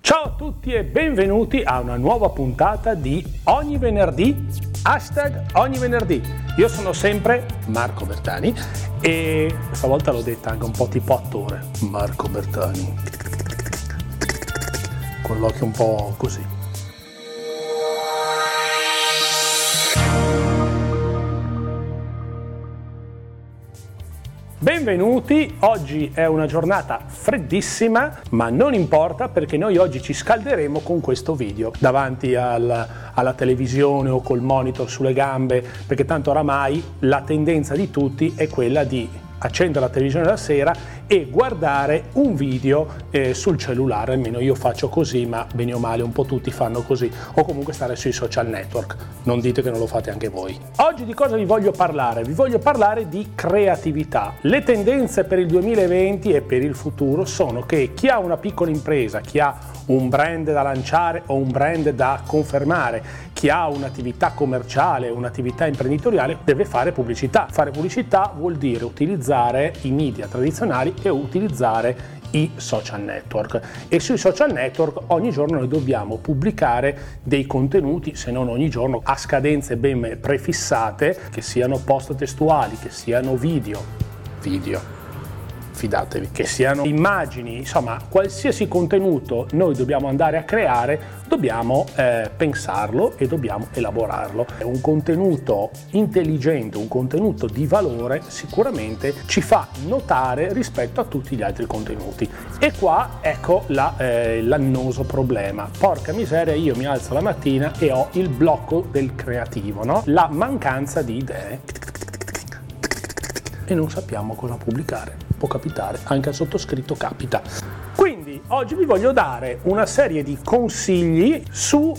Ciao a tutti e benvenuti a una nuova puntata di Ogni Venerdì, #Ogni Venerdì. Io sono sempre Marco Bertani e questa volta l'ho detta anche un po' tipo attore, Marco Bertani, con l'occhio un po' così. Benvenuti, oggi è una giornata freddissima, ma non importa perché noi oggi ci scalderemo con questo video davanti alla televisione o col monitor sulle gambe, perché tanto oramai la tendenza di tutti è quella di accendere la televisione la sera e guardare un video sul cellulare, almeno io faccio così, ma bene o male un po' tutti fanno così, o comunque stare sui social network, non dite che non lo fate anche voi. Oggi di cosa vi voglio parlare? Vi voglio parlare di creatività. Le tendenze per il 2020 e per il futuro sono che chi ha una piccola impresa, chi ha un brand da lanciare o un brand da confermare, chi ha un'attività commerciale, un'attività imprenditoriale, deve fare pubblicità. Fare pubblicità vuol dire utilizzare i media tradizionali e utilizzare i social network, e sui social network ogni giorno noi dobbiamo pubblicare dei contenuti, se non ogni giorno, a scadenze ben prefissate, che siano post testuali, che siano video, fidatevi, che siano immagini, insomma qualsiasi contenuto noi dobbiamo andare a creare, dobbiamo pensarlo e dobbiamo elaborarlo. Un contenuto intelligente, un contenuto di valore sicuramente ci fa notare rispetto a tutti gli altri contenuti. E qua ecco l'annoso problema. Porca miseria, io mi alzo la mattina e ho il blocco del creativo, no? La mancanza di idee e non sappiamo cosa pubblicare. Può capitare, anche al sottoscritto capita. Quindi oggi vi voglio dare una serie di consigli su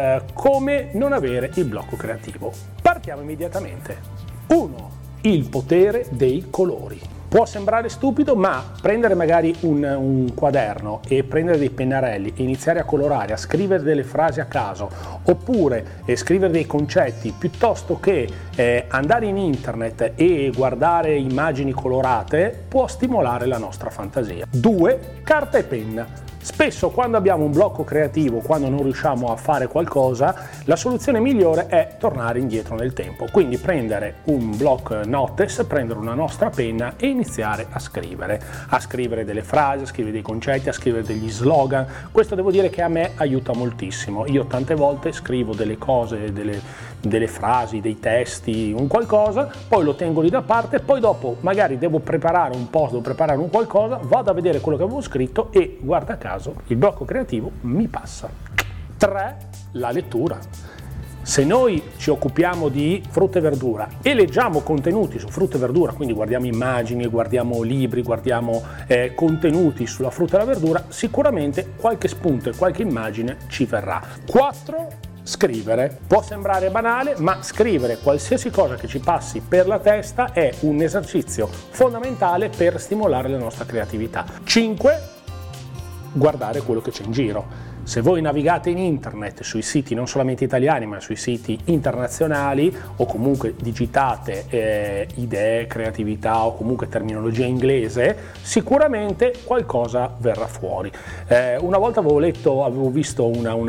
come non avere il blocco creativo. Partiamo immediatamente. 1. Il potere dei colori. Può sembrare stupido, ma prendere magari un quaderno e prendere dei pennarelli e iniziare a colorare, a scrivere delle frasi a caso, oppure scrivere dei concetti, piuttosto che andare in internet e guardare immagini colorate, può stimolare la nostra fantasia. 2. Carta e penna. Spesso quando abbiamo un blocco creativo, quando non riusciamo a fare qualcosa, la soluzione migliore è tornare indietro nel tempo. Quindi prendere un block notes, prendere una nostra penna e iniziare a scrivere delle frasi, a scrivere dei concetti, a scrivere degli slogan. Questo devo dire che a me aiuta moltissimo. Io tante volte scrivo delle cose, delle frasi, dei testi, un qualcosa, poi lo tengo lì da parte, poi dopo magari devo preparare un post, devo preparare un qualcosa, vado a vedere quello che avevo scritto e guarda caso il blocco creativo mi passa. 3. La lettura. Se noi ci occupiamo di frutta e verdura e leggiamo contenuti su frutta e verdura, quindi guardiamo immagini, guardiamo libri, guardiamo contenuti sulla frutta e la verdura, sicuramente qualche spunto e qualche immagine ci verrà. 4. Scrivere. Può sembrare banale, ma scrivere qualsiasi cosa che ci passi per la testa è un esercizio fondamentale per stimolare la nostra creatività. 5. Guardare quello che c'è in giro. Se voi navigate in internet sui siti non solamente italiani ma sui siti internazionali, o comunque digitate idee, creatività o comunque terminologia inglese, sicuramente qualcosa verrà fuori. Una volta avevo visto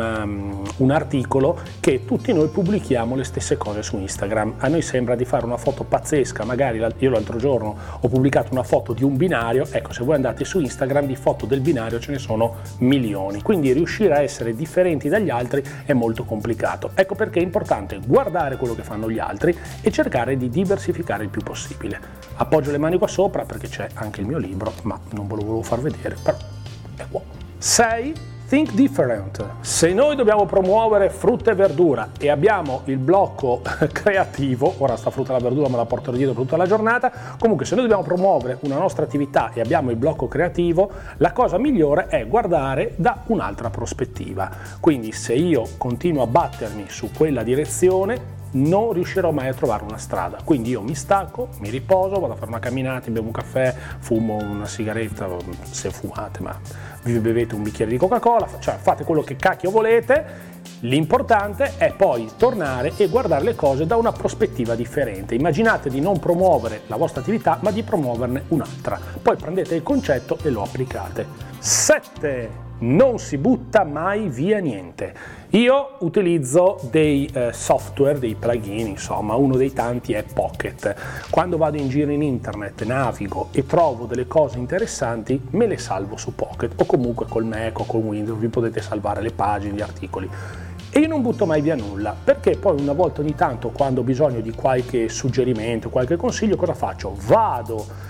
un articolo che tutti noi pubblichiamo le stesse cose su Instagram. A noi sembra di fare una foto pazzesca, magari io l'altro giorno ho pubblicato una foto di un binario, ecco, se voi andate su Instagram di foto del binario ce ne sono milioni, quindi riuscire a essere differenti dagli altri è molto complicato. Ecco perché è importante guardare quello che fanno gli altri e cercare di diversificare il più possibile. Appoggio le mani qua sopra perché c'è anche il mio libro, ma non ve lo volevo far vedere, però è qua. 6. Think different. Se noi dobbiamo promuovere frutta e verdura e abbiamo il blocco creativo, ora sta frutta e la verdura me la porto dietro tutta la giornata, comunque se noi dobbiamo promuovere una nostra attività e abbiamo il blocco creativo, la cosa migliore è guardare da un'altra prospettiva. Quindi se io continuo a battermi su quella direzione, non riuscirò mai a trovare una strada, quindi io mi stacco, mi riposo, vado a fare una camminata, bevo un caffè, fumo una sigaretta, se fumate, ma vi bevete un bicchiere di Coca-Cola, cioè fate quello che cacchio volete. L'importante è poi tornare e guardare le cose da una prospettiva differente. Immaginate di non promuovere la vostra attività, ma di promuoverne un'altra. Poi prendete il concetto e lo applicate. 7. non si butta mai via niente. Io utilizzo dei software, dei plugin, insomma, uno dei tanti è Pocket. Quando vado in giro in internet, navigo e trovo delle cose interessanti, me le salvo su Pocket, o comunque col Mac o con Windows, vi potete salvare le pagine, gli articoli. E io non butto mai via nulla, perché poi una volta ogni tanto, quando ho bisogno di qualche suggerimento, qualche consiglio, cosa faccio? Vado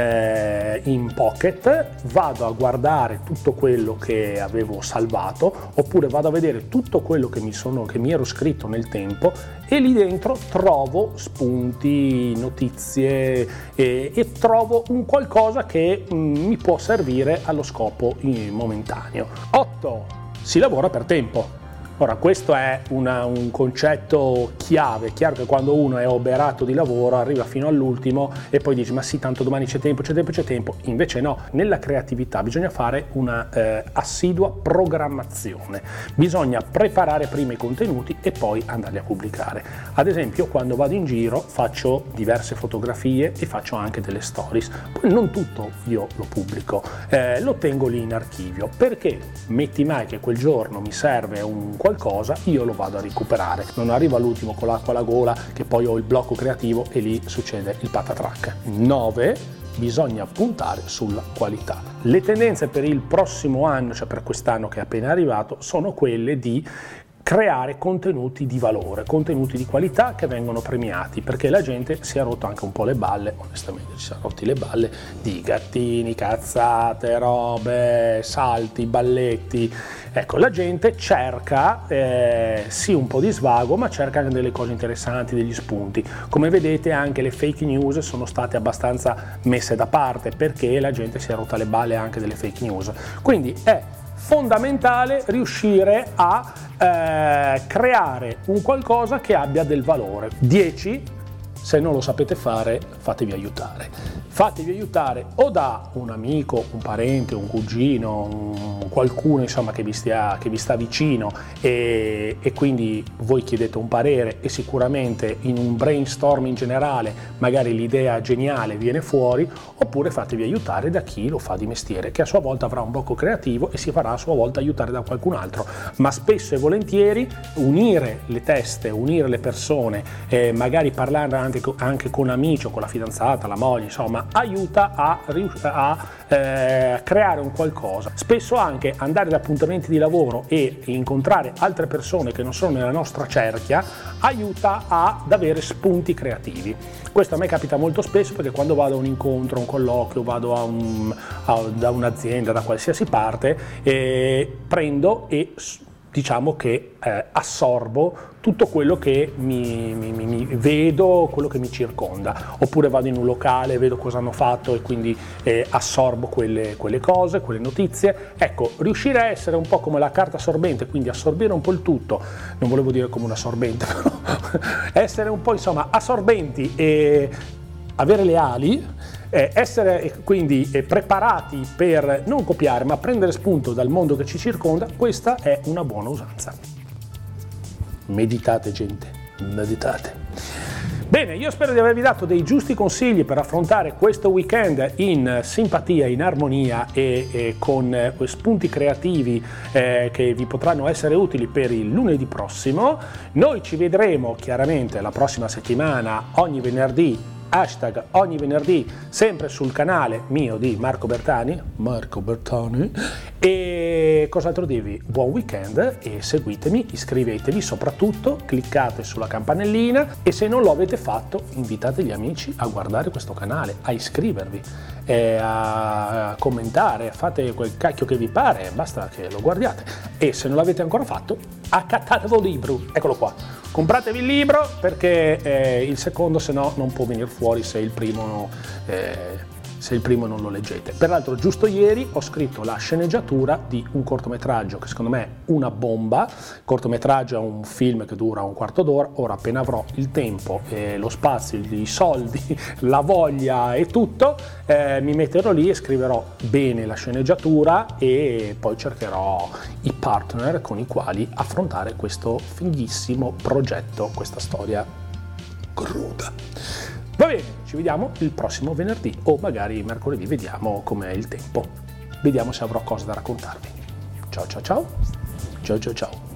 in Pocket, vado a guardare tutto quello che avevo salvato, oppure vado a vedere tutto quello che mi ero scritto nel tempo, e lì dentro trovo spunti, notizie e trovo un qualcosa che mi può servire allo scopo momentaneo. 8. Si lavora per tempo. Ora, questo è un concetto chiave. È chiaro che quando uno è oberato di lavoro arriva fino all'ultimo e poi dice ma sì, tanto domani c'è tempo, invece no. Nella creatività bisogna fare una assidua programmazione, bisogna preparare prima i contenuti e poi andarli a pubblicare. Ad esempio, quando vado in giro faccio diverse fotografie e faccio anche delle stories, poi non tutto io lo pubblico, lo tengo lì in archivio, perché metti mai che quel giorno mi serve un qualcosa, io lo vado a recuperare, non arrivo all'ultimo con l'acqua alla gola che poi ho il blocco creativo e lì succede il patatrack. 9. Bisogna puntare sulla qualità. Le tendenze per il prossimo anno, cioè per quest'anno che è appena arrivato, sono quelle di creare contenuti di valore, contenuti di qualità che vengono premiati, perché la gente si è rotto anche un po' le balle, onestamente ci siamo rotti le balle di gattini, cazzate, robe, salti, balletti. Ecco, la gente cerca sì un po' di svago, ma cerca anche delle cose interessanti, degli spunti. Come vedete anche le fake news sono state abbastanza messe da parte, perché la gente si è rotta le balle anche delle fake news. Quindi è fondamentale riuscire a creare un qualcosa che abbia del valore. 10. Se non lo sapete fare, fatevi aiutare. Fatevi aiutare o da un amico, un parente, un cugino, qualcuno insomma che vi sta vicino e quindi voi chiedete un parere e sicuramente in un brainstorm in generale magari l'idea geniale viene fuori, oppure fatevi aiutare da chi lo fa di mestiere, che a sua volta avrà un blocco creativo e si farà a sua volta aiutare da qualcun altro. Ma spesso e volentieri unire le teste, unire le persone, magari parlare anche con amici o con la fidanzata, la moglie, insomma, aiuta a creare un qualcosa. Spesso anche andare ad appuntamenti di lavoro e incontrare altre persone che non sono nella nostra cerchia aiuta ad avere spunti creativi. Questo a me capita molto spesso, perché quando vado a un incontro, un colloquio, vado da un'azienda, da qualsiasi parte, prendo e diciamo che assorbo tutto quello che mi vedo, quello che mi circonda, oppure vado in un locale, vedo cosa hanno fatto e quindi assorbo quelle cose, quelle notizie. Ecco, riuscire a essere un po' come la carta assorbente, quindi assorbire un po' il tutto, non volevo dire come un assorbente, però essere un po' insomma assorbenti e avere le ali, essere quindi preparati per non copiare ma prendere spunto dal mondo che ci circonda. Questa è una buona usanza. Meditate, gente, meditate. Bene, io spero di avervi dato dei giusti consigli per affrontare questo weekend in simpatia, in armonia e con spunti creativi che vi potranno essere utili per il lunedì prossimo. Noi ci vedremo chiaramente la prossima settimana, ogni venerdì, #ogni venerdì, sempre sul canale mio di Marco Bertani. E cos'altro dirvi? Buon weekend e seguitemi, iscrivetevi, soprattutto cliccate sulla campanellina, e se non lo avete fatto invitate gli amici a guardare questo canale, a iscrivervi, a commentare, fate quel cacchio che vi pare, basta che lo guardiate. E se non l'avete ancora fatto, accattatevi il libro, eccolo qua, compratevi il libro, perché il secondo se no non può venire fuori se il primo non lo leggete. Peraltro giusto ieri ho scritto la sceneggiatura di un cortometraggio che secondo me è una bomba. Il cortometraggio è un film che dura un quarto d'ora. Ora, appena avrò il tempo, lo spazio, i soldi, la voglia e tutto, mi metterò lì e scriverò bene la sceneggiatura e poi cercherò i partner con i quali affrontare questo fighissimo progetto, questa storia cruda. Va bene, ci vediamo il prossimo venerdì o magari mercoledì, vediamo com'è il tempo, vediamo se avrò cose da raccontarvi. Ciao ciao ciao. Ciao ciao ciao.